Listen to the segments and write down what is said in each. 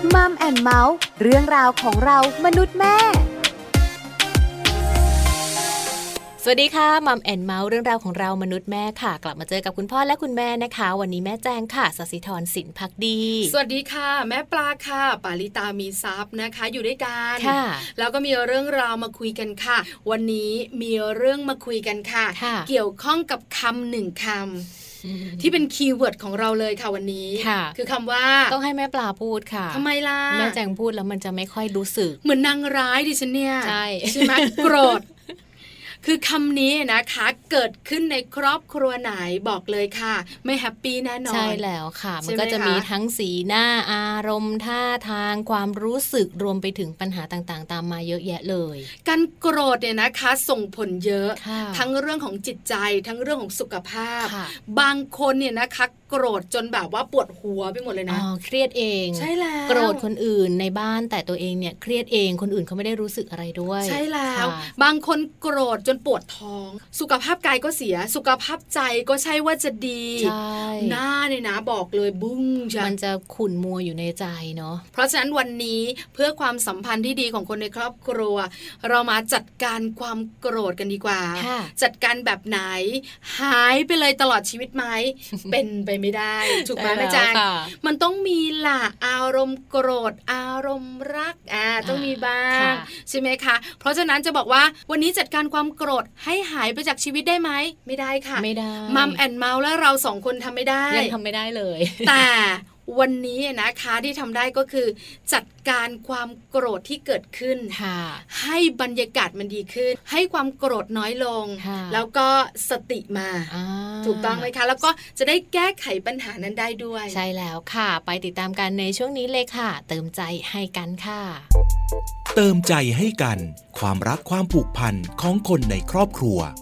มัมแอนด์เมาส์เรื่องราวของเรามนุษย์แม่สวัสดีค่ะมัมแอนเมาส์เรื่องราวของเรามนุษย์แม่ค่ะกลับมาเจอกับคุณพ่อและคุณแม่นะคะวันนี้แม่แจงค่ะศศิธรสินภักดีสวัสดีค่ะแม่ปลาค่ะปาริตามีซับนะคะอยู่ด้วยกันค่ะแล้วก็มีเรื่องราวมาคุยกันค่ะวันนี้มีเรื่องมาคุยกันค่ะเกี่ยวข้องกับคำหนึ่งคำที่เป็นคีย์เวิร์ดของเราเลยค่ะวันนี้คือคำว่าต้องให้แม่ปลาพูดค่ะทำไมล่ะแม่แจงพูดแล้วมันจะไม่ค่อยรู้สึกเหมือนนางร้ายดิฉันเนี่ยใช่ไหมโกรธคือคำนี้นะคะเกิดขึ้นในครอบครัวไหนบอกเลยค่ะไม่แฮปปี้แน่นอนใช่แล้วค่ะมันก็จะมีทั้งสีหน้าอารมณ์ท่าทางความรู้สึกรวมไปถึงปัญหาต่างๆตามมาเยอะแยะเลยการโกรธเนี่ยนะคะส่งผลเยอะทั้งเรื่องของจิตใจทั้งเรื่องของสุขภาพบางคนเนี่ยนะคะโกรธจนแบบว่าปวดหัวไปหมดเลยนะเครียดเองใช่แล้วโกรธคนอื่นในบ้านแต่ตัวเองเนี่ยเครียดเองคนอื่นเขาไม่ได้รู้สึกอะไรด้วยใช่แล้วบางคนโกรธจนปวดท้องสุขภาพกายก็เสียสุขภาพใจก็ใช่ว่าจะดีหน้าเนี่ยนะบอกเลยบุ้งมันจะขุ่นมัวอยู่ในใจเนาะเพราะฉะนั้นวันนี้เพื่อความสัมพันธ์ที่ดีของคนในครอบครัวเรามาจัดการความโกรธกันดีกว่าจัดการแบบไหนหายไปเลยตลอดชีวิตไหม เป็นไปไม่ได้ถูกไหมแม่จังมันต้องมีล่ะอารมณ์โกรธอารมณ์รักต้องมีบ้างใช่ไหมคะเพราะฉะนั้นจะบอกว่าวันนี้จัดการความโกรธให้หายไปจากชีวิตได้ไหมไม่ได้ค่ะไม่ได้มัมแอนเมาส์และเราสองคนทำไม่ได้ยังทำไม่ได้เลยแต่วันนี้นะคะที่ทำได้ก็คือจัดการความโกรธที่เกิดขึ้นให้บรรยากาศมันดีขึ้นให้ความโกรธน้อยลงแล้วก็สติมาถูกต้องไหมคะแล้วก็จะได้แก้ไขปัญหานั้นได้ด้วยใช่แล้วค่ะไปติดตามกันในช่วงนี้เลยค่ะเติมใจให้กันค่ะเติมใจให้กันความรักความผูกพันของคนในครอบครัว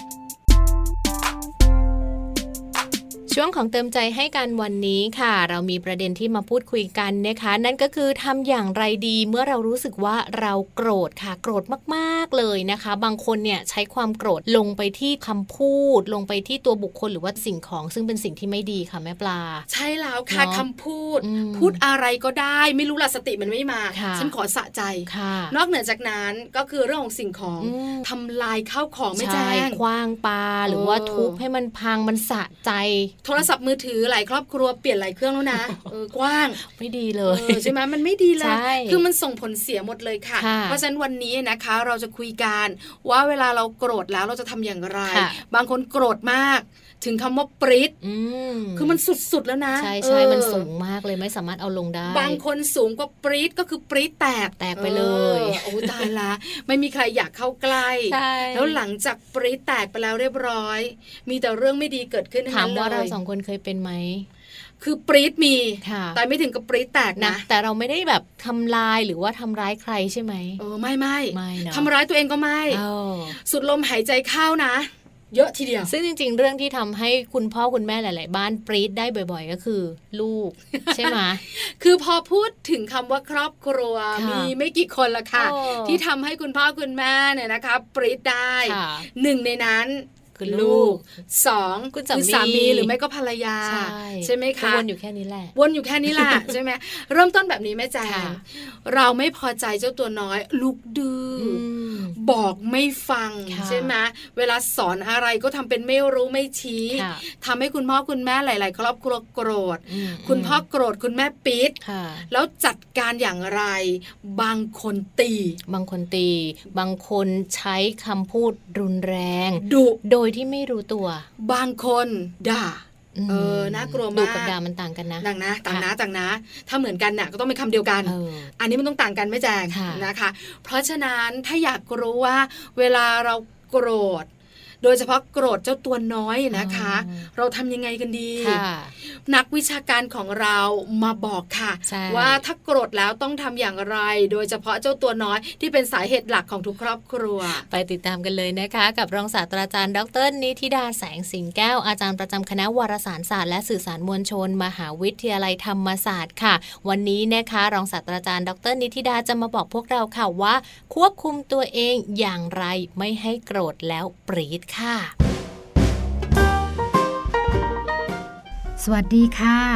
ช่วงของเติมใจให้กันวันนี้ค่ะเรามีประเด็นที่มาพูดคุยกันนะคะนั่นก็คือทำอย่างไรดีเมื่อเรารู้สึกว่าเราโกรธค่ะโกรธมากๆเลยนะคะบางคนเนี่ยใช้ความโกรธลงไปที่คำพูดลงไปที่ตัวบุคคลหรือว่าสิ่งของซึ่งเป็นสิ่งที่ไม่ดีค่ะแม่ปลาใช่แล้วค่ะคำพูดอะไรก็ได้ไม่รู้ละสติมันไม่มาฉันขอสะใจนอกเหนือจากนั้นก็คือเรื่องของสิ่งของทำลายข้าวของไม่แจ้งคว้างปาหรือว่าทุบให้มันพังมันสะใจโทรศัพท์มือถือหลายครอบครัวเปลี่ยนหลายเครื่องแล้วนะกว้างไม่ดีเลยใช่ไหมมันไม่ดีเลยคือมันส่งผลเสียหมดเลยค่ะเพราะฉะนั้นวันนี้นะคะเราจะคุยกันว่าเวลาเราโกรธแล้วเราจะทำอย่างไรบางคนโกรธมากถึงคำว่าปริ๊ดคือมันสุดๆแล้วนะใช่ใช่มันสูงมากเลยไม่สามารถเอาลงได้บางคนสูงกว่าปริ๊ดก็คือปริ๊ดแตกไปเลยโอ้ตายละไม่มีใครอยากเข้าใกล้แล้วหลังจากปริ๊ดแตกไปแล้วเรียบร้อยมีแต่เรื่องไม่ดีเกิดขึ้นถามว่าเราสองคนเคยเป็นไหมคือปริ๊ดมีแต่ไม่ถึงกับปริ๊ดแตกนะแต่เราไม่ได้แบบทำลายหรือว่าทำร้ายใครใช่ไหมไม่ทำร้ายตัวเองก็ไม่สุดลมหายใจเข้านะเยอะทีเดียวซึ่งจริงๆเรื่องที่ทำให้คุณพ่อคุณแม่หลายๆบ้านปรี๊ดได้บ่อยๆก็คือลูกใช่ไหมคือพอพูดถึงคำว่าครอบครัวมีไม่กี่คนละค่ะที่ทำให้คุณพ่อคุณแม่เนี่ยนะคะปรี๊ดได้หนึ่งในนั้นคือลูกสองคือสามีหรือไม่ก็ภรรยาใช่ไหมคะวนอยู่แค่นี้แหละวนอยู่แค่นี้แหละใช่ไหมเริ่มต้นแบบนี้แม่แจงเราไม่พอใจเจ้าตัวน้อยลูกดื้อบอกไม่ฟังใช่ไหมเวลาสอนอะไรก็ทำเป็นไม่รู้ไม่ชี้ทำให้คุณพ่อคุณแม่หลายๆครอบครัวโกรธคุณพ่อโกรธคุณแม่ปิดแล้วจัดการอย่างไรบางคนตีบางคนใช้คำพูดรุนแรงดุโดยที่ไม่รู้ตัวบางคนด่าน่ากลัวมากดูกับด่ามันต่างกันนะต่างนะถ้าเหมือนกันน่ะก็ต้องเป็นคำเดียวกันอันนี้มันต้องต่างกันไม่แจงนะคะเพราะฉะนั้นถ้าอยากรู้ว่าเวลาเราโกรธโดยเฉพาะโกรธเจ้าตัวน้อยนะคะเราทำยังไงกันดีนักวิชาการของเรามาบอกค่ะว่าถ้าโกรธแล้วต้องทำอย่างไรโดยเฉพาะเจ้าตัวน้อยที่เป็นสาเหตุหลักของทุกครอบครัวไปติดตามกันเลยนะคะกับรองศาสตราจารย์ดร.นิธิดาแสงสิงแก้วอาจารย์ประจำคณะวารสารศาสตร์และสื่อสารมวลชนมหาวิทยาลัยธรรมศาสตร์ค่ะวันนี้นะคะรองศาสตราจารย์ดร.นิธิดาจะมาบอกพวกเราค่ะว่าควบคุมตัวเองอย่างไรไม่ให้โกรธแล้วปรี๊ดค่ะสวัสดีค่ะ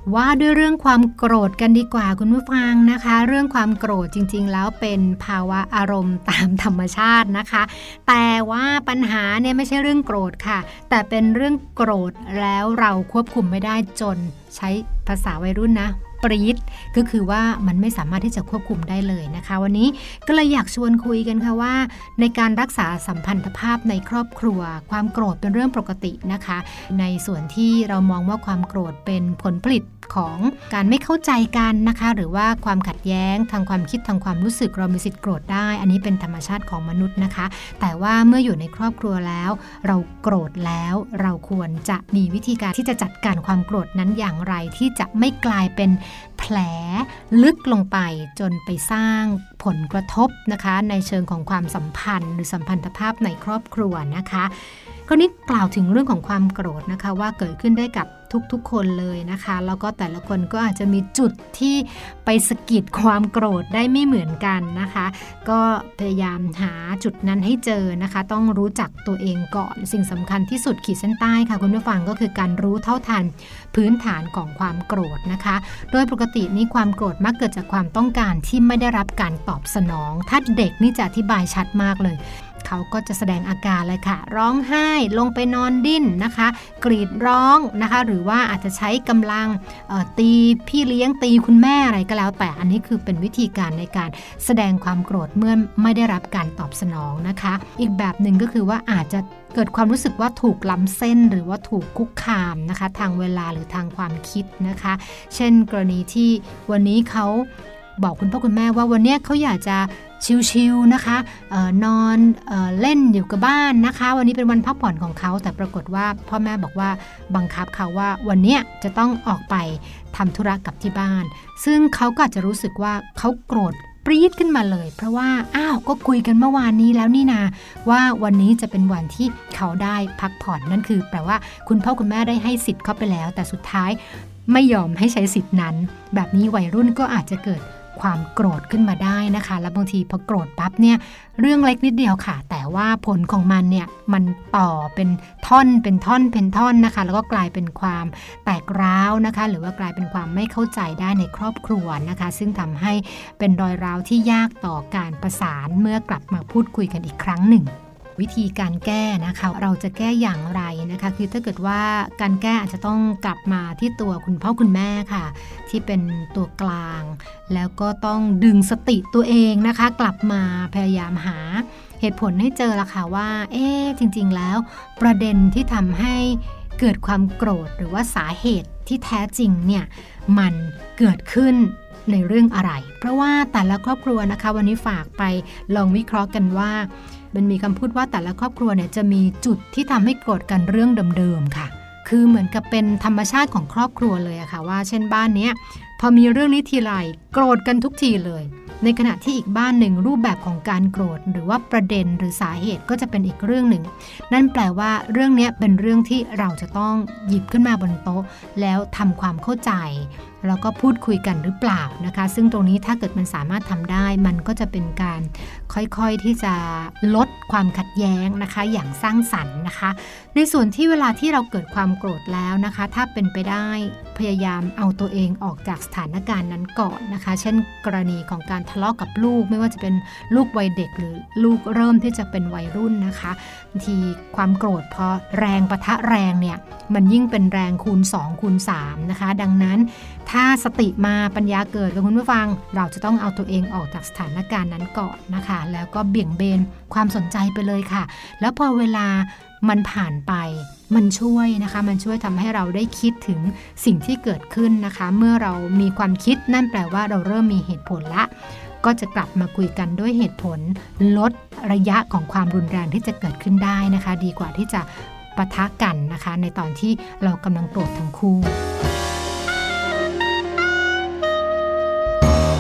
ว่าด้วยเรื่องความโกรธกันดีกว่าคุณผู้ฟังนะคะเรื่องความโกรธจริงๆแล้วเป็นภาวะอารมณ์ตามธรรมชาตินะคะแต่ว่าปัญหาเนี่ยไม่ใช่เรื่องโกรธค่ะแต่เป็นเรื่องโกรธแล้วเราควบคุมไม่ได้จนใช้ภาษาวัยรุ่นนะปรี๊ดก็คือว่ามันไม่สามารถที่จะควบคุมได้เลยนะคะวันนี้ก็เลยอยากชวนคุยกันค่ะว่าในการรักษาสัมพันธภาพในครอบครัวความโกรธเป็นเรื่องปกตินะคะในส่วนที่เรามองว่าความโกรธเป็นผลผลิตของการไม่เข้าใจกันนะคะหรือว่าความขัดแย้งทางความคิดทางความรู้สึกเรามีสิทธิ์โกรธได้อันนี้เป็นธรรมชาติของมนุษย์นะคะแต่ว่าเมื่ออยู่ในครอบครัวแล้วเราโกรธแล้วเราควรจะมีวิธีการที่จะจัดการความโกรธนั้นอย่างไรที่จะไม่กลายเป็นแผลลึกลงไปจนไปสร้างผลกระทบนะคะในเชิงของความสัมพันธ์หรือสัมพันธภาพในครอบครัวนะคะคราวนี้กล่าวถึงเรื่องของความโกรธนะคะว่าเกิดขึ้นได้กับทุกๆคนเลยนะคะแล้วก็แต่ละคนก็อาจจะมีจุดที่ไปสะกิดความโกรธได้ไม่เหมือนกันนะคะก็พยายามหาจุดนั้นให้เจอนะคะต้องรู้จักตัวเองก่อนสิ่งสำคัญที่สุดขีดเส้นใต้ค่ะคุณผู้ฟังก็คือการรู้เท่าทันพื้นฐานของความโกรธนะคะโดยปกตินี้ความโกรธมักเกิดจากความต้องการที่ไม่ได้รับการตอบสนองถ้าเด็กนี่จะอธิบายชัดมากเลยเขาก็จะแสดงอาการเลยค่ะร้องไห้ลงไปนอนดิ้นนะคะกรีดร้องนะคะหรือว่าอาจจะใช้กำลังตีพี่เลี้ยงตีคุณแม่อะไรก็แล้วแต่อันนี้คือเป็นวิธีการในการแสดงความโกรธเมื่อไม่ได้รับการตอบสนองนะคะอีกแบบหนึ่งก็คือว่าอาจจะเกิดความรู้สึกว่าถูกล้ำเส้นหรือว่าถูกคุกคามนะคะทางเวลาหรือทางความคิดนะคะเช่นกรณีที่วันนี้เขาบอกคุณพ่อคุณแม่ว่าวันนี้เขาอยากจะชิลๆนะคะนอนเล่นอยู่กับบ้านนะคะวันนี้เป็นวันพักผ่อนของเขาแต่ปรากฏว่าพ่อแม่บอกว่าบังคับเขาว่าวันนี้จะต้องออกไปทำธุระกับที่บ้านซึ่งเขาก็อาจจะรู้สึกว่าเขาโกรธปรี๊ดขึ้นมาเลยเพราะว่าก็คุยกันเมื่อวานนี้แล้วนี่นาว่าวันนี้จะเป็นวันที่เขาได้พักผ่อนนั่นคือแปลว่าคุณพ่อคุณแม่ได้ให้สิทธิ์เขาไปแล้วแต่สุดท้ายไม่ยอมให้ใช้สิทธิ์นั้นแบบนี้วัยรุ่นก็อาจจะเกิดความโกรธขึ้นมาได้นะคะแล้วบางทีพอโกรธปั๊บเนี่ยเรื่องเล็กนิดเดียวค่ะแต่ว่าผลของมันเนี่ยมันต่อเป็นท่อนเป็นท่อนเป็นท่อนนะคะแล้วก็กลายเป็นความแตกร้าวนะคะหรือว่ากลายเป็นความไม่เข้าใจได้ในครอบครัวนะคะซึ่งทำให้เป็นรอยร้าวที่ยากต่อการประสานเมื่อกลับมาพูดคุยกันอีกครั้งหนึ่งวิธีการแก้นะคะเราจะแก้อย่างไรนะคะคือถ้าเกิดว่าการแก้อาจจะต้องกลับมาที่ตัวคุณพ่อคุณแม่ค่ะที่เป็นตัวกลางแล้วก็ต้องดึงสติตัวเองนะคะกลับมาพยายามหาเหตุผลให้เจอละค่ะว่าจริงๆแล้วประเด็นที่ทำให้เกิดความโกรธหรือว่าสาเหตุที่แท้จริงเนี่ยมันเกิดขึ้นในเรื่องอะไรเพราะว่าแต่ละครอบครัวนะคะวันนี้ฝากไปลองวิเคราะห์กันว่ามันมีคำพูดว่าแต่ละครอบครัวเนี่ยจะมีจุดที่ทำให้โกรธกันเรื่องเดิมๆค่ะคือเหมือนกับเป็นธรรมชาติของครอบครัวเลยอะค่ะว่าเช่นบ้านนี้พอมีเรื่องนี้ทีไรโกรธกันทุกทีเลยในขณะที่อีกบ้านหนึ่งรูปแบบของการโกรธหรือว่าประเด็นหรือสาเหตุก็จะเป็นอีกเรื่องหนึ่งนั่นแปลว่าเรื่องนี้เป็นเรื่องที่เราจะต้องหยิบขึ้นมาบนโต๊ะแล้วทำความเข้าใจแล้วก็พูดคุยกันหรือเปล่านะคะซึ่งตรงนี้ถ้าเกิดมันสามารถทำได้มันก็จะเป็นการค่อยๆที่จะลดความขัดแย้งนะคะอย่างสร้างสรรค์นะคะในส่วนที่เวลาที่เราเกิดความโกรธแล้วนะคะถ้าเป็นไปได้พยายามเอาตัวเองออกจากสถานการณ์นั้นก่อนนะคะเช่นกรณีของการทะเลาะกับลูกไม่ว่าจะเป็นลูกวัยเด็กหรือลูกเริ่มที่จะเป็นวัยรุ่นนะคะบางทีความโกรธพอแรงปะทะแรงเนี่ยมันยิ่งเป็นแรงคูณ2คูณ3นะคะดังนั้นถ้าสติมาปัญญาเกิดกับคุณผู้ฟังเราจะต้องเอาตัวเองออกจากสถานการณ์นั้นก่อนนะคะแล้วก็เบี่ยงเบนความสนใจไปเลยค่ะแล้วพอเวลามันผ่านไปมันช่วยนะคะมันช่วยทำให้เราได้คิดถึงสิ่งที่เกิดขึ้นนะคะเมื่อเรามีความคิดนั่นแปลว่าเราเริ่มมีเหตุผลละก็จะกลับมาคุยกันด้วยเหตุผลลดระยะของความรุนแรงที่จะเกิดขึ้นได้นะคะดีกว่าที่จะปะทะกันนะคะในตอนที่เรากำลังโกรธทั้งคู่ขอบคุณ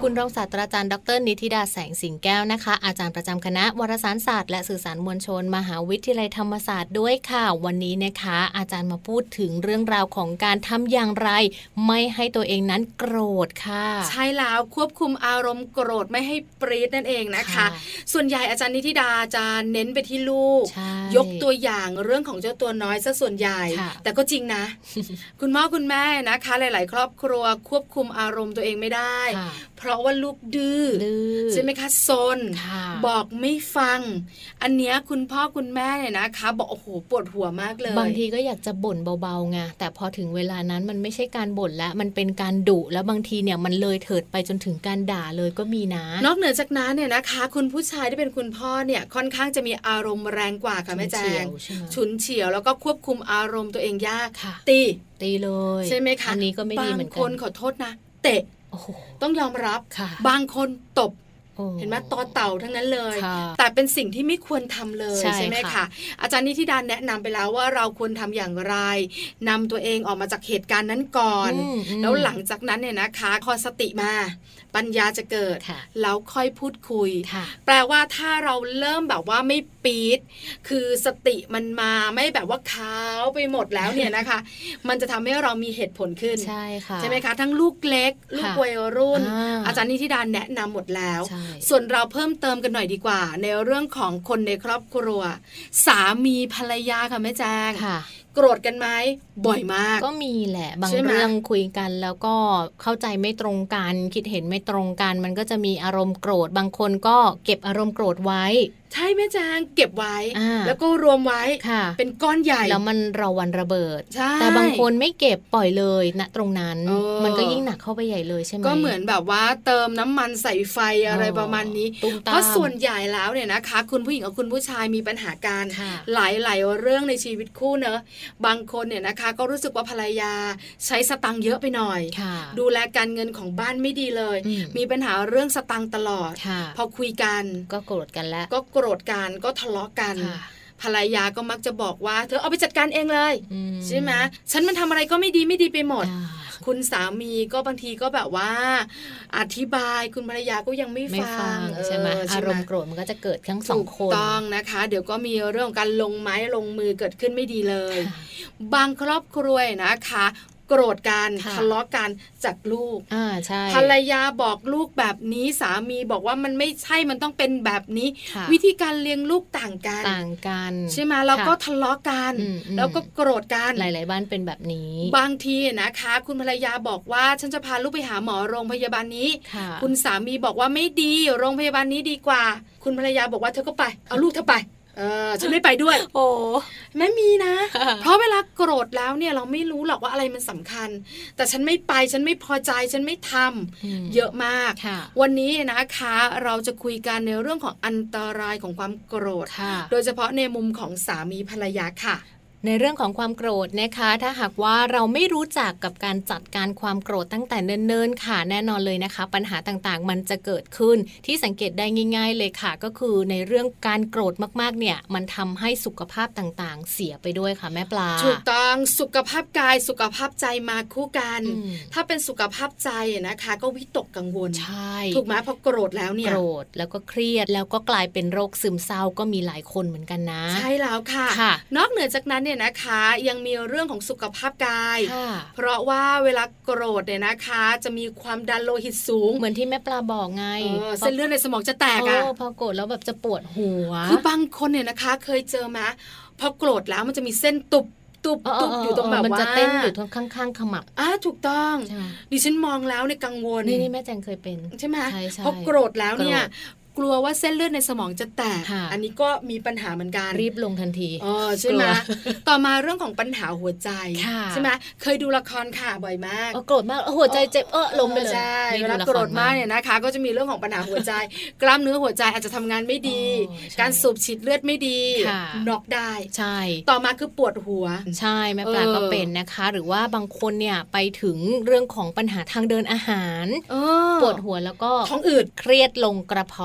คุณรองศาสตราจารย์ดร.นิติดาแสงสิงแก้วนะคะอาจารย์ประจำคณะวารสารศาสตร์และสื่อสารมวลชนมหาวิทยาลัยธรรมศาสตร์ด้วยค่ะวันนี้นะคะอาจารย์มาพูดถึงเรื่องราวของการทำอย่างไรไม่ให้ตัวเองนั้นโกรธค่ะใช่แล้วควบคุมอารมณ์โกรธไม่ให้ปรี๊ดนั่นเองนะคะส่วนใหญ่อาจารย์นิติดาจะเน้นไปที่ลูกยกตัวอย่างเรื่องของเจ้าตัวน้อยซะส่วนใหญ่แต่ก็จริงนะ คุณพ่อคุณแม่นะคะหลายๆครอบครัวควบคุมอารมณ์ตัวเองไม่ได้เพราะว่าลูกดื้อใช่ไหมคะซนบอกไม่ฟังอันเนี้ยคุณพ่อคุณแม่เนี่ยนะคะบอกโอ้โหปวดหัวมากเลยบางทีก็อยากจะบ่นเบาๆไงแต่พอถึงเวลานั้นมันไม่ใช่การบ่นแล้วมันเป็นการดุแล้วบางทีเนี่ยมันเลยเถิดไปจนถึงการด่าเลยก็มีนะนอกเหนือจากนั้นเนี่ยนะคะคุณผู้ชายที่เป็นคุณพ่อเนี่ยค่อนข้างจะมีอารมณ์แรงกว่าค่ะแม่แจงฉุนเฉียวแล้วก็ควบคุมอารมณ์ตัวเองยากตีเลยใช่ไหมคะอันนี้ก็ไม่ดีเหมือนกันบางคนขอโทษนะเตะต้องยอมรับบางคนตบเห็นไหมต่อเต่าทั้งนั้นเลยแต่เป็นสิ่งที่ไม่ควรทำเลยใช่ไหมคะอาจารย์นิติดาแนะนำไปแล้วว่าเราควรทำอย่างไรนำตัวเองออกมาจากเหตุการณ์นั้นก่อนแล้วหลังจากนั้นเนี่ยนะคะพอสติมาปัญญาจะเกิดแล้วค่อยพูดคุยแปลว่าถ้าเราเริ่มแบบว่าไม่ปี๊ดคือสติมันมาไม่แบบว่าค้าวไปหมดแล้วเนี่ยนะคะมันจะทำให้เรามีเหตุผลขึ้นใช่ไหมคะทั้งลูกเล็กลูกวัยรุ่นอาจารย์นิติดาแนะนำหมดแล้วส่วนเราเพิ่มเติมกันหน่อยดีกว่าในเรื่องของคนในครอบครัวสามีภรรยาค่ะแม่แจงโกรธกันไหมบ่อยมากก็มีแหละบางเรื่องคุยกันแล้วก็เข้าใจไม่ตรงกันคิดเห็นไม่ตรงกันมันก็จะมีอารมณ์โกรธบางคนก็เก็บอารมณ์โกรธไว้ใช่แม่จางเก็บไว้แล้วก็รวมไว้เป็นก้อนใหญ่แล้วมันระวันระเบิดแต่บางคนไม่เก็บปล่อยเลยณตรงนั้นมันก็ยิ่งหนักเข้าไปใหญ่เลยใช่ไหมก็เหมือนแบบว่าเติมน้ำมันใส่ไฟอะไรประมาณนี้เพราะส่วนใหญ่แล้วเนี่ยนะคะคุณผู้หญิงกับคุณผู้ชายมีปัญหาการหลายเรื่องในชีวิตคู่เนอะบางคนเนี่ยนะคะก็รู้สึกว่าภรรยาใช้สตังค์เยอะไปหน่อยดูแลการเงินของบ้านไม่ดีเลยมีปัญหาเรื่องสตังค์ตลอดพอคุยกันก็โกรธกันแล้วก็โกรธกันก็ทะเลาะกันภรรยาก็มักจะบอกว่าเธอเอาไปจัดการเองเลยใช่ไหมฉันมันทำอะไรก็ไม่ดีไปหมดคุณสามีก็บางทีก็แบบว่าอธิบายคุณภรรยาก็ยังไม่ฟังใช่ไหมอารมณ์โกรธมันก็จะเกิดทั้งสองคนต้องนะคะเดี๋ยวก็มีเรื่องของการลงไม้ลงมือเกิดขึ้นไม่ดีเลยบางครอบครัวนะคะโกรธกันทะเลาะกันจากลูกใช่ภรรยาบอกลูกแบบนี้สามีบอกว่ามันไม่ใช่มันต้องเป็นแบบนี้วิธีการเลี้ยงลูกต่างกันใช่ไหมแล้วก็ทะเลาะกันแล้วก็โกรธกันหลายๆบ้านเป็นแบบนี้บางทีนะคะคุณภรรยาบอกว่าฉันจะพาลูกไปหาหมอโรงพยาบาลนี้คุณสามีบอกว่าไม่ดีโรงพยาบาลนี้ดีกว่าคุณภรรยาบอกว่าเธอก็ไปเอาลูกเธอไปฉันไม่ไปด้วยโอ้ไม่มีนะ เพราะเวลาโกรธแล้วเนี่ยเราไม่รู้หรอกว่าอะไรมันสำคัญแต่ฉันไม่ไปฉันไม่พอใจฉันไม่ทำเยอะมากวันนี้นะคะเราจะคุยกันในเรื่องของอันตรายของความโกรธโดยเฉพาะในมุมของสามีภรรยาค่ะในเรื่องของความโกรธนะคะถ้าหากว่าเราไม่รู้จักกับการจัดการความโกรธตั้งแต่เนิ่นๆค่ะแน่นอนเลยนะคะปัญหาต่างๆมันจะเกิดขึ้นที่สังเกตได้ง่ายๆเลยค่ะก็คือในเรื่องการโกรธมากๆเนี่ยมันทำให้สุขภาพต่างๆเสียไปด้วยค่ะแม่ปลาถูกต้องสุขภาพกายสุขภาพใจมาคู่กันถ้าเป็นสุขภาพใจนะคะก็วิตกกังวลใช่ถูกไหมพอโกรธแล้วเนี่ยโกรธแล้วก็เครียดแล้วก็กลายเป็นโรคซึมเศร้าก็มีหลายคนเหมือนกันนะใช่แล้วค่ะนอกเหนือจากนั้นเนี่ยนะคะยังมีเรื่องของสุขภาพกายเพราะว่าเวลาโกรธเนี่ยนะคะจะมีความดันโลหิตสูงเหมือนที่แม่ปลาบอกไงเส้นเลือดในสมองจะแตกพอโกรธแล้วแบบจะปวดหัวคือบางคนเนี่ยนะคะเคยเจอไหมพอโกรธแล้วมันจะมีเส้นตุบอยู่ตรงแบบว่ามันจะเต้นอยู่ตรงข้างๆขมับถูกต้องดิฉันมองแล้วในกังวลนี่แม่แจงเคยเป็นใช่ไหมพอโกรธแล้วเนี่ยกลัวว่าเส้นเลือดในสมองจะแตกอันนี้ก็มีปัญหาเหมือนกันรีบลงทันทีใช่ไหมต่อมาเรื่องของปัญหาหัวใจใช่ไหมเคยดูละครค่ะบ่อยมากโกรธมากหัวใจเจ็บล้มไปเลยใช่เวลาโกรธมากเนี่ยนะคะก็จะมีเรื่องของปัญหาหัวใจกล้ามเนื้อหัวใจอาจจะทำงานไม่ดีการสูบฉีดเลือดไม่ดีน็อกได้ใช่ต่อมาคือปวดหัวใช่แม่ปลาก็เป็นนะคะหรือว่าบางคนเนี่ยไปถึงเรื่องของปัญหาทางเดินอาหารปวดหัวแล้วก็ท้องอืดเครียดลงกระเพาะ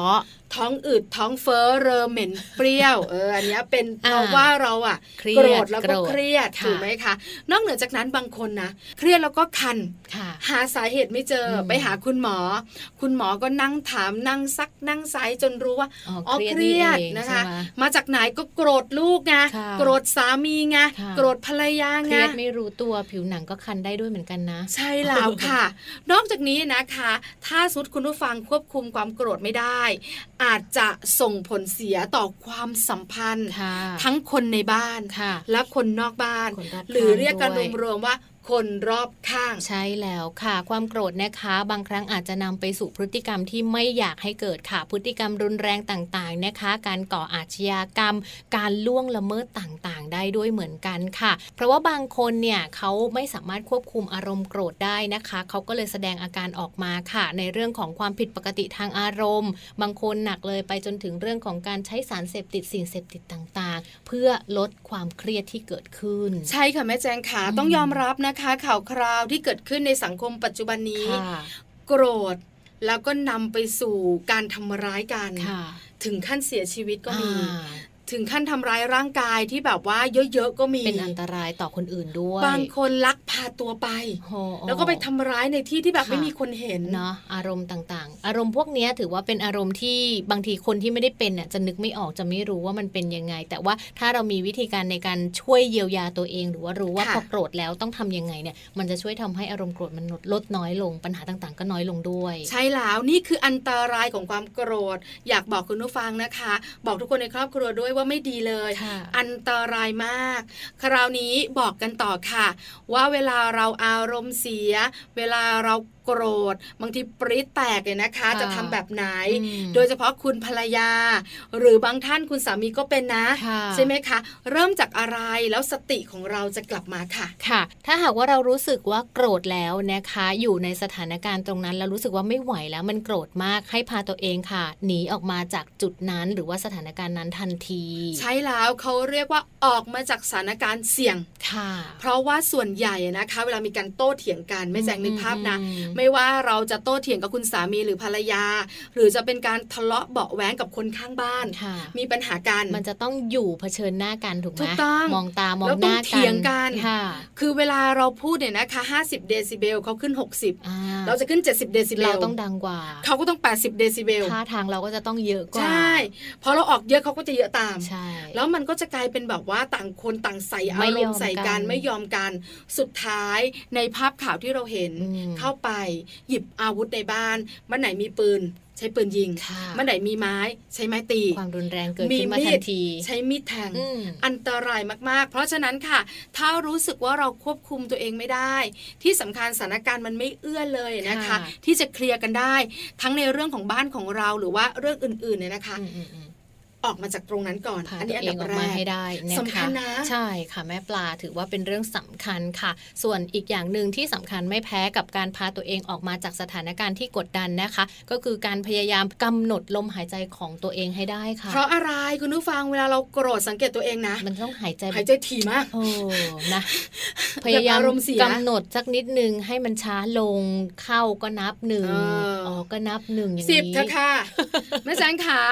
ท้องอืดท้องเฟ้อเรอเหม็นเปรี้ยวอันนี้เป็นเพราะว่าเราอ่ะโกรธแล้วก็เครียดถูกไหมคะนอกเหนือจากนั้นบางคนนะเครียดแล้วก็คันหาสาเหตุไม่เจอไปหาคุณหมอก็นั่งถามนั่งซักนั่งไซจนรู้ว่าเครียดนะคะมาจากไหนก็โกรธลูกไงโกรธสามีไงโกรธภรรยาไงเครียดไม่รู้ตัวผิวหนังก็คันได้ด้วยเหมือนกันนะใช่แล้วค่ะ นอกจากนี้นะคะถ้าสุดคุณผู้ฟังควบคุมความโกรธไม่ได้อาจจะส่งผลเสียต่อความสัมพันธ์ทั้งคนในบ้านและคนนอกบ้านหรือเรียกกันรวมๆว่าคนรอบข้างใช่แล้วค่ะความโกรธนะคะบางครั้งอาจจะนำไปสู่พฤติกรรมที่ไม่อยากให้เกิดค่ะพฤติกรรมรุนแรงต่างๆนะคะการก่ออาชญากรรมการล่วงละเมิดต่างๆได้ด้วยเหมือนกันค่ะเพราะว่าบางคนเนี่ยเขาไม่สามารถควบคุมอารมณ์โกรธได้นะคะเขาก็เลยแสดงอาการออกมาค่ะในเรื่องของความผิดปกติทางอารมณ์บางคนหนักเลยไปจนถึงเรื่องของการใช้สารเสพติดสิ่งเสพติดต่างๆเพื่อลดความเครียดที่เกิดขึ้นใช่ค่ะแม่แจงขาต้องยอมรับนะคะข่าวคราวที่เกิดขึ้นในสังคมปัจจุบันนี้โกรธแล้วก็นำไปสู่การทำร้ายกันถึงขั้นเสียชีวิตก็มีถึงขั้นทำร้ายร่างกายที่แบบว่าเยอะๆก็มีเป็นอันตรายต่อคนอื่นด้วยบางคนลักพาตัวไปแล้วก็ไปทำร้ายในที่ที่แบบไม่มีคนเห็นเนาะอารมณ์ต่างๆอารมณ์พวกนี้ถือว่าเป็นอารมณ์ที่บางทีคนที่ไม่ได้เป็นเนี่ยจะนึกไม่ออกจะไม่รู้ว่ามันเป็นยังไงแต่ว่าถ้าเรามีวิธีการในการช่วยเยียวยาตัวเองหรือว่ารู้ว่าพอโกรธแล้วต้องทำยังไงเนี่ยมันจะช่วยทำให้อารมณ์โกรธมันลดน้อยลงปัญหาต่างๆก็น้อยลงด้วยใช่แล้วนี่คืออันตรายของความโกรธอยากบอกคุณผู้ฟังนะคะบอกทุกคนในครอบครัวด้วยว่าไม่ดีเลยอันตรายมากคราวนี้บอกกันต่อค่ะว่าเวลาเราอารมณ์เสียเวลาเราโกรธบางทีปริ๊ดแตกเลยนะคะจะทำแบบไหนโดยเฉพาะคุณภรรยาหรือบางท่านคุณสามีก็เป็นนะใช่ไหมคะเริ่มจากอะไรแล้วสติของเราจะกลับมาค่ะค่ะถ้าหากว่าเรารู้สึกว่าโกรธแล้วนะคะอยู่ในสถานการณ์ตรงนั้นแล้วรู้สึกว่าไม่ไหวแล้วมันโกรธมากให้พาตัวเองค่ะหนีออกมาจากจุดนั้นหรือว่าสถานการณ์นั้นทันทีใช่แล้วเขาเรียกว่าออกมาจากสถานการณ์เสี่ยงค่ะเพราะว่าส่วนใหญ่นะคะเวลามีการโต้เถียงกันไม่แจ้งนึกภาพนะไม่ว่าเราจะโต้เถียงกับคุณสามีหรือภรรยาหรือจะเป็นการทะเลาะเบาะแว้งกับคนข้างบ้านมีปัญหากันมันจะต้องอยู่เผชิญหน้ากันถูกไหมมองตามองหน้ากันเถียงกันคือเวลาเราพูดเนี่ยนะคะ50เดซิเบลเขาขึ้น60เราจะขึ้น70เดซิเบลเราต้องดังกว่าเขาก็ต้อง80เดซิเบลท่าทางเราก็จะต้องเยอะกว่าใช่พอเราออกเยอะเขาก็จะเยอะตามแล้วมันก็จะกลายเป็นแบบว่าต่างคนต่างใส่อารมณ์ใส่กันไม่ยอมกันสุดท้ายในภาพข่าวที่เราเห็นเข้าไปหยิบอาวุธในบ้านมันไหนมีปืนใช้ปืนยิงมันไหนมีไม้ใช้ไม้ตีความรุนแรงเกิดขึ้นมาทันทีใช้มีดแทงอันตรายมากๆเพราะฉะนั้นค่ะถ้ารู้สึกว่าเราควบคุมตัวเองไม่ได้ที่สำคัญสถานการณ์มันไม่เอื้อเลยนะคะที่จะเคลียร์กันได้ทั้งในเรื่องของบ้านของเราหรือว่าเรื่องอื่นๆเนี่ยนะคะออกมาจากตรงนั้นก่อนอันนี้อันดับแรกให้ได้สำคัญนะใช่ค่ะแม่ปลาถือว่าเป็นเรื่องสำคัญค่ะส่วนอีกอย่างนึงที่สำคัญไม่แพ้กับการพาตัวเองออกมาจากสถานการณ์ที่กดดันนะคะก็คือการพยายามกำหนดลมหายใจของตัวเองให้ได้ค่ะเพราะอะไรคุณผู้ฟังเวลาเราโกรธสังเกตตัวเองนะมันต้องหายใจถี่มากโอ้นะพยายามกำหนดสักนิดนึงให้มันช้าลงเข้าก็นับ1ออกก็นับ1อย่างนี้ 10เถอะค่ะแม่แจงขา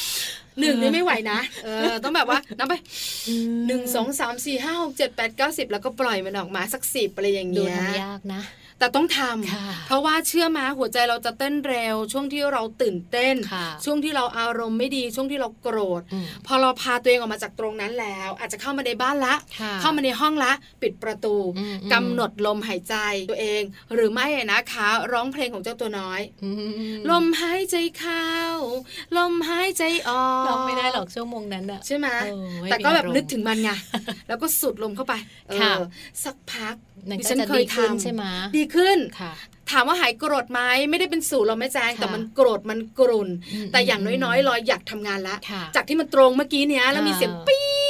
1นี่ไม่ไหวนะต้องแบบว่านับไป1 2 3 4 5 6 7 8 9 10แล้วก็ปล่อยมันออกมาสัก10อะไรอย่างเงี้ยดูทำยากนะแต่ต้องทำเพราะว่าเชื่อมาหัวใจเราจะเต้นเร็วช่วงที่เราตื่นเต้นช่วงที่เราอารมณ์ไม่ดีช่วงที่เราโกรธพอเราพาตัวเองออกมาจากตรงนั้นแล้วอาจจะเข้ามาในบ้านละเข้ามาในห้องละปิดประตูกำหนดลมหายใจตัวเองหรือไม่นะคะร้องเพลงของเจ้าตัวน้อยลมหายใจเข้าลมหายใจออกร้องไม่ได้หรอกชั่วโมงนั้นอะใช่ไหมแต่ก็แบบนึกถึงมันไงแล้วก็สูดลมเข้าไปสักพักดิฉันเคยทำใช่ไหมดีขึ้นถามว่าหายโกรธไหมไม่ได้เป็นศูนย์เราไม่แจ้งแต่มันโกรธมันกรุ่นแต่อย่างน้อยๆเราอยากทำงานละจากที่มันตรงเมื่อกี้เนี้ยแล้วมีเสียงปี๊ด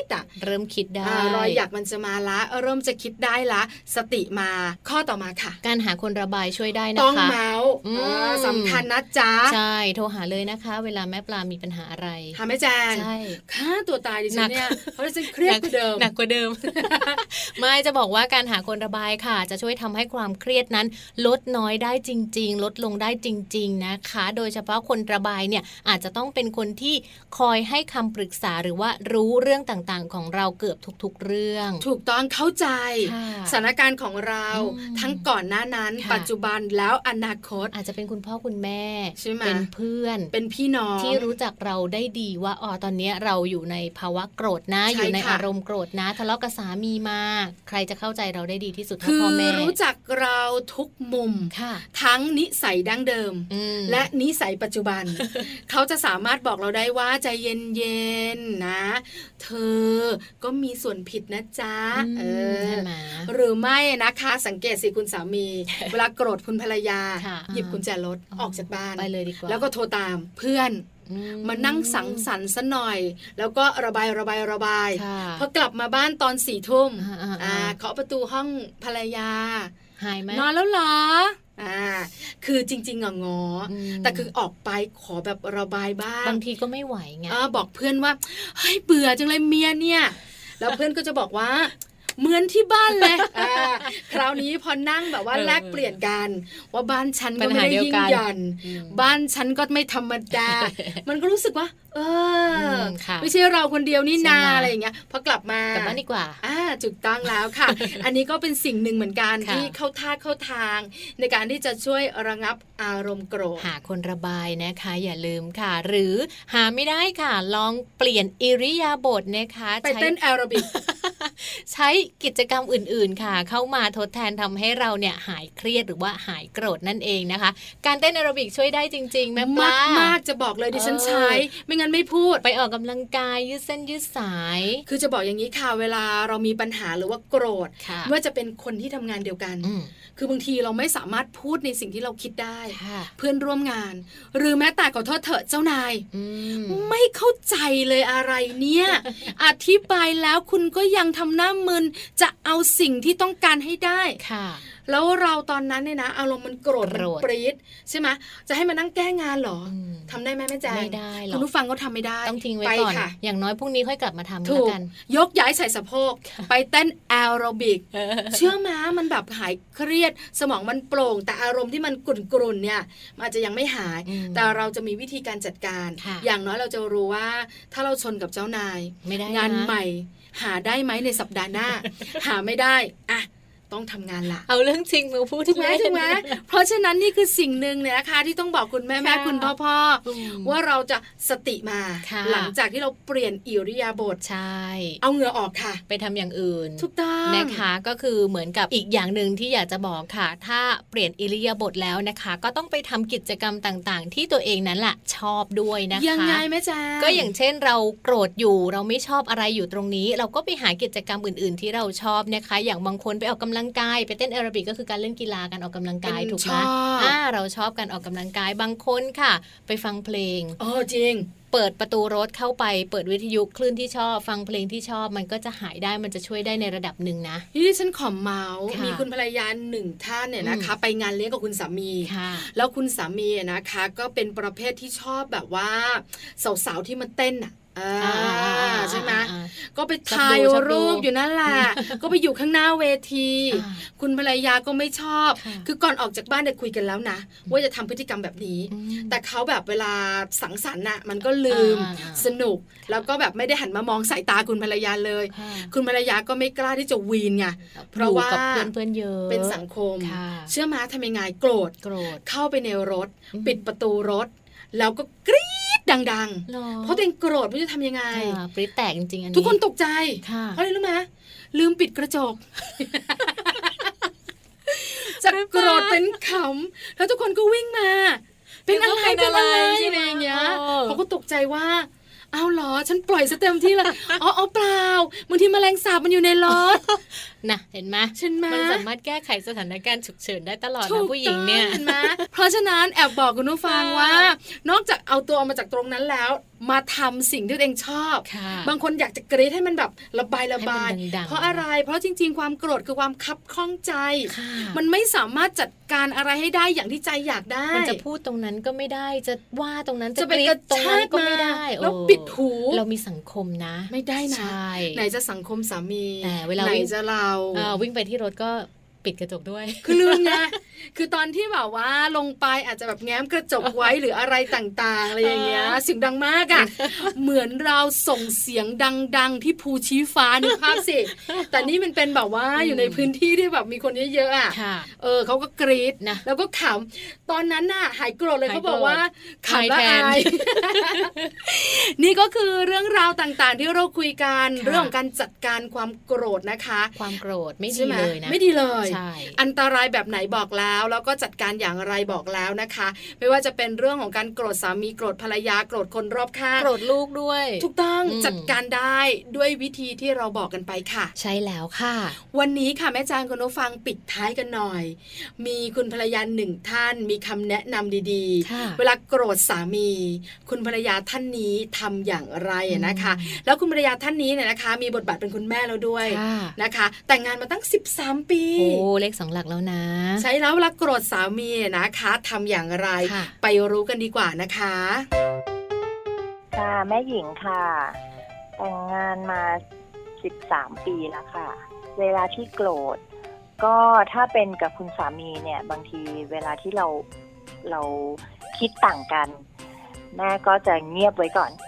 ๆอ่ะเริ่มคิดได้รอยหยักมันจะมาละเริ่มจะคิดได้ละสติมาข้อต่อมาค่ะการหาคนระบายช่วยได้นะคะต้องเมาส์สำคัญนะจ๊ะใช่โทรหาเลยนะคะเวลาแม่ปลามีปัญหาอะไรหาแม่แจงใช่ฆ่าตัวตายดิฉันเนี่ยเพราะดิฉันเครียดกว่าเดิมหนักกว่าเดิม ไม่จะบอกว่าการหาคนระบายค่ะจะช่วยทำให้ความเครียดนั้นลดน้อยได้จริงๆลดลงได้จริงๆนะคะโดยเฉพาะคนระบายเนี่ยอาจจะต้องเป็นคนที่คอยให้คำปรึกษาหรือว่ารู้เรื่องต่างๆของเราเกือบทุกๆเรื่องถูกต้องเข้าใจสถานการณ์ของเราทั้งก่อนหน้านั้นปัจจุบันแล้วอนาคตอาจจะเป็นคุณพ่อคุณแม่ใช่ไหมเป็นเพื่อนเป็นพี่น้องที่รู้จักเราได้ดีว่าตอนนี้เราอยู่ในภาวะโกรธนะอยู่ในอารมณ์โกรธนะทะเลาะกับสามีมาใครจะเข้าใจเราได้ดีที่สุดพ่อแม่รู้จักเราทุกมุมทั้งนิสัยดั้งเดิมและนิสัยปัจจุบัน เขาจะสามารถบอกเราได้ว่าใจเย็นๆนะเธอก็มีส่วนผิดนะจ๊ะหรือไม่นะคะสังเกตสิคุณสามี เวลาโกรธคุณภรรยาหยิบกุญแจรถออกจากบ้านไปเลยดีกว่าแล้วก็โทรตามเพื่อนมานั่งสังสรรค์ซะหน่อยแล้วก็ระบายพอกลับมาบ้านตอน4 ทุ่มเคาะประตูห้องภรรยาหายไหมนอนแล้วเหรอคือจริงๆงอแต่คือออกไปขอแบบระบายบ้างบางทีก็ไม่ไหวไงบอกเพื่อนว่าเฮ้ยเบื่อจังเลยเมียเนี่ยแล้วเพื่อนก็จะบอกว่าเหมือนที่บ้านเลยคราวนี้พอนั่งแบบว่าแลกเปลี่ยนกันว่าบ้านฉันก็ไม่ได้ยิ่งใหญ่บ้านฉันก็ไม่ธรรมดามันก็รู้สึกว่าไม่ใช่เราคนเดียวนี่นาอะไรอย่างเงี้ยพอกลับมาบ้านดีกว่าถูกต้องแล้วค่ะ อันนี้ก็เป็นสิ่งหนึ่งเหมือนกันที่เข้าท่าเข้าทางในการที่จะช่วยระงับอารมณ์โกรธหาคนระบายนะคะอย่าลืมค่ะหรือหาไม่ได้ค่ะลองเปลี่ยนอิริยาบถนะคะไปเต้นแอโรบิกใช้กิจกรรมอื่นๆค่ะเข้ามาทดแทนทำให้เราเนี่ยหายเครียดหรือว่าหายโกรธนั่นเองนะคะการเต้นแอโรบิกช่วยได้จริงๆแม่ป้ามากจะบอกเลยดิฉันใช้ไม่งั้นไม่พูดไปออกกำลังกายยืดเส้นยืดสายคือจะบอกอย่างนี้ค่ะเวลาเรามีปัญหาหรือว่าโกรธว่าจะเป็นคนที่ทำงานเดียวกันคือบางทีเราไม่สามารถพูดในสิ่งที่เราคิดได้เพื่อนร่วมงานหรือแม้แต่ขอโทษเถอะเจ้านายไม่เข้าใจเลยอะไรเนี่ยอธิบายแล้วคุณก็ยังทำหน้ามึนจะเอาสิ่งที่ต้องการให้ได้แล้วเราตอนนั้นเนี่ยนะอารมณ์มันโกรธปรี๊ดใช่ไหมจะให้มานั่งแก้งานหรอทำได้ไหมแม่แจงไม่ได้หรอกคุณผู้ฟังก็ทำไม่ได้ต้องทิ้งไว้ก่อนอย่างน้อยพรุ่งนี้ค่อยกลับมาทำแล้วกันยกย้ายใส่สะโพกไปเต้นแอโรบิกเชื่อมั้ยมันแบบหายเครียดสมองมันโปร่งแต่อารมณ์ที่มันกรุ่นๆเนี่ยมันอาจจะยังไม่หายแต่เราจะมีวิธีการจัดการอย่างน้อยเราจะรู้ว่าถ้าเราชนกับเจ้านายงานใหม่หาได้ไหมในสัปดาห์หน้าหาไม่ได้อะต้องทำงานละเอาเรื่องจริงมาพูดถูกไหมเพราะฉะนั้นนี่คือสิ่งหนึ่งเนี่ยนะคะที่ต้องบอกคุณแม่คุณพ่อว่าเราจะสติมาหลังจากที่เราเปลี่ยนอิริยาบถใช่เอาเหงื่อออกค่ะไปทำอย่างอื่นถูกต้องนะคะก็คือเหมือนกับอีกอย่างนึงที่อยากจะบอกค่ะถ้าเปลี่ยนอิริยาบถแล้วนะคะก็ต้องไปทำกิจกรรมต่างๆที่ตัวเองนั้นแหละชอบด้วยนะคะยังไงแม่จ๊ะก็อย่างเช่นเราโกรธอยู่เราไม่ชอบอะไรอยู่ตรงนี้เราก็ไปหากิจกรรมอื่นๆที่เราชอบนะคะอย่างบางคนไปออกกำลังกายไปเต้นแอโรบิกก็คือการเล่นกีฬาการออกกำลังกายถูกไหมเราชอบการออกกำลังกายบางคนค่ะไปฟังเพลงจริงเปิดประตูรถเข้าไปเปิดวิทยุคลื่นที่ชอบฟังเพลงที่ชอบมันก็จะหายได้มันจะช่วยได้ในระดับหนึ่งนะที่ฉันขอเมาส์มีคุณภรรยา1 ท่านเนี่ยนะคะไปงานเลี้ยงกับคุณสามีแล้วคุณสามีนะคะก็เป็นประเภทที่ชอบแบบว่าสาวๆที่มาเต้นใช่ไหมก็ไปถ่ายรูปอยู่นั่นแหละก็ไปอยู่ข้างหน้าเวทีคุณภรรยาก็ไม่ชอบคือก่อนออกจากบ้านได้คุยกันแล้วนะว่าจะทำพฤติกรรมแบบนี้แต่เขาแบบเวลาสังสรรค์น่ะมันก็ลืมสนุกแล้วก็แบบไม่ได้หันมามองสายตาคุณภรรยาเลยคุณภรรยาก็ไม่กล้าที่จะวีนไงเพราะว่าเพื่อนๆเยอะเป็นสังคมเชื่อมั้ยทำยังไงโกรธเข้าไปในรถปิดประตูรถแล้วก็กรี๊ดดังๆเพราะตัวเองโกรธไม่รู้จะทำยังไงปรี๊ดแตกจริงๆอันนี้ทุกคนตกใจเพราะอะไรรู้ไหมลืมปิดกระจกจะโกรธเป็นขำแล้วทุกคนก็วิ่งมาเป็นอะไรอะไรอย่างเงี้ยเขาก็ตกใจว่าอ้าวเหรอฉันปล่อยซะเต็มที่เลยอ๋อเปล่าบางทีแมลงสาบมันอยู่ในรถนะเห็นไหมมันสามารถแก้ไขสถานการณ์ฉุกเฉินได้ตลอดนะผู้หญิงเนี่ยเห็นไหมเพราะฉะนั้นแอบบอกคุณผู้ฟังว่านอกจากเอาตัวมาจากตรงนั้นแล้วมาทำสิ่งที่ตัวเองชอบบางคนอยากจะกรี๊ดให้มันแบบระบายเพราะอะไรเพราะจริงๆความโกรธคือความคับข้องใจมันไม่สามารถจัดการอะไรให้ได้อย่างที่ใจอยากได้มันจะพูดตรงนั้นก็ไม่ได้จะว่าตรงนั้นจะกรี๊ดตรงนั้นก็ไม่ได้แล้วปิดหูเรามีสังคมนะไม่ได้นะไหนจะสังคมสามีไหนจะเราวิ่งไปที่รถก็ปิดกระจกด้วยคือลืมไงคือตอนที่แบบว่าลงไปอาจจะแบบแง้มกระจกไว้หรืออะไรต่างๆอะไรอย่างเงี้ยเสียงดังมากอ่ะเหมือนเราส่งเสียงดังๆที่ภูชี้ฟ้านึกภาพสิแต่นี่มันเป็นแบบว่าอยู่ในพื้นที่ที่แบบมีคนเยอะๆอ่ะเขาก็กรี๊ดนะแล้วก็ขำตอนนั้นน่ะหายโกรธเลยเขาบอกว่าขำละอายนี่ก็คือเรื่องราวต่างๆที่เราคุยกันเรื่องของการจัดการความโกรธนะคะความโกรธไม่ดีเลยนะไม่ดีเลยอันตรายแบบไหนบอกแล้วก็จัดการอย่างไรบอกแล้วนะคะไม่ว่าจะเป็นเรื่องของการโกรธสามีโกรธภรรยาโกรธคนรอบข้างโกรธลูกด้วยถูกต้องจัดการได้ด้วยวิธีที่เราบอกกันไปค่ะใช่แล้วค่ะวันนี้ค่ะแม่จางคุณผู้ฟังปิดท้ายกันหน่อยมีคุณภรรยาหนึ่งท่านมีคำแนะนำดีๆเวลาโกรธสามีคุณภรรยาท่านนี้ทำอย่างไรนะคะแล้วคุณภรรยาท่านนี้เนี่ยนะคะมีบทบาทเป็นคุณแม่แล้วด้วยนะคะแต่งงานมาตั้ง13 ปีโอ้เลข2 หลักแล้วนะใช่แล้วเวลาโกรธสามีนะคะทำอย่างไรไปรู้กันดีกว่านะคะค่ะแม่หญิงค่ะแต่งงานมา13 ปีแล้วค่ะเวลาที่โกรธก็ถ้าเป็นกับคุณสามีเนี่ยบางทีเวลาที่เราคิดต่างกันแม่ก็จะเงียบไว้ก่อน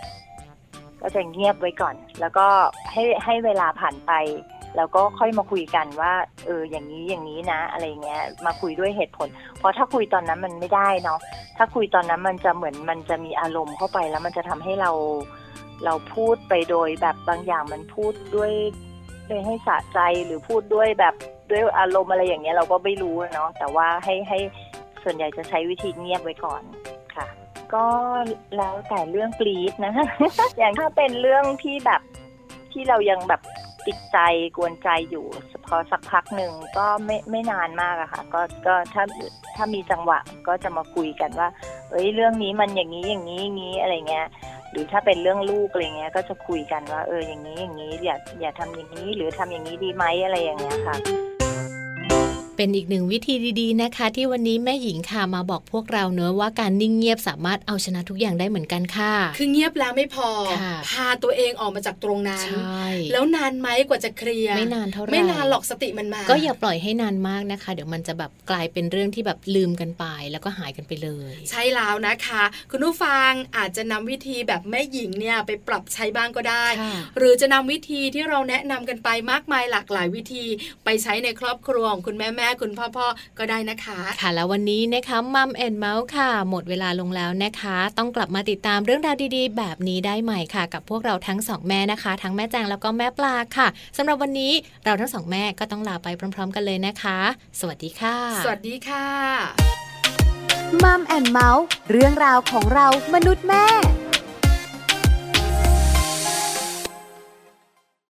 แล้วก็ให้เวลาผ่านไปแล้วก็ค่อยมาคุยกันว่าอย่างนี้นะอะไรเงี้ยมาคุยด้วยเหตุผลเพราะถ้าคุยตอนนั้นมันไม่ได้เนาะถ้าคุยตอนนั้นมันจะเหมือนมันจะมีอารมณ์เข้าไปแล้วมันจะทำให้เราพูดไปโดยแบบบางอย่างมันพูดด้วยให้สะใจหรือพูดด้วยแบบด้วยอารมณ์อะไรอย่างเงี้ยเราก็ไม่รู้เนาะแต่ว่าให้ส่วนใหญ่จะใช้วิธีเงียบไว้ก่อนค่ะก็แล้วแต่เรื่องกรี๊ดนะ อย่างถ้าเป็นเรื่องที่แบบที่เรายังแบบติดใจกวนใจอยู่พอสักพักหนึ่งก็ไม่นานมากอะค่ะก็ถ้ามีจังหวะก็จะมาคุยกันว่าเรื่องนี้มันอย่างนี้อะไรเงี้ยหรือถ้าเป็นเรื่องลูกอะไรเงี้ยก็จะคุยกันว่าอย่างนี้อย่าทำอย่างนี้หรือทำอย่างนี้ดีไหมอะไรอย่างเงี้ยค่ะเป็นอีกหนึ่งวิธีดีๆนะคะที่วันนี้แม่หญิงค่ะมาบอกพวกเราเนอะว่าการนิ่งเงียบสามารถเอาชนะทุกอย่างได้เหมือนกันค่ะคือเงียบแล้วไม่พอพาตัวเองออกมาจากตรงนั้นแล้วนานไหมกว่าจะเคลียร์ไม่นานเท่าไหร่ไม่นานหรอกสติมันมาก็อย่าปล่อยให้นานมากนะคะเดี๋ยวมันจะแบบกลายเป็นเรื่องที่แบบลืมกันไปแล้วก็หายกันไปเลยใช่แล้วนะคะคุณผู้ฟังอาจจะนำวิธีแบบแม่หญิงเนี่ยไปปรับใช้บ้างก็ได้หรือจะนำวิธีที่เราแนะนำกันไปมากมายหลากหลายวิธีไปใช้ในครอบครัวของคุณแม่คุณพ่อก็ได้นะคะค่ะแล้ววันนี้นะคะมัมแอนด์เมาส์ค่ะหมดเวลาลงแล้วนะคะต้องกลับมาติดตามเรื่องราวดีๆแบบนี้ได้ใหม่ค่ะกับพวกเราทั้งสองแม่นะคะทั้งแม่แจงแล้วก็แม่ปลาค่ะสำหรับวันนี้เราทั้งสองแม่ก็ต้องลาไปพร้อมๆกันเลยนะคะสวัสดีค่ะสวัสดีค่ะมัมแอนด์เมาส์เรื่องราวของเรามนุษย์แม่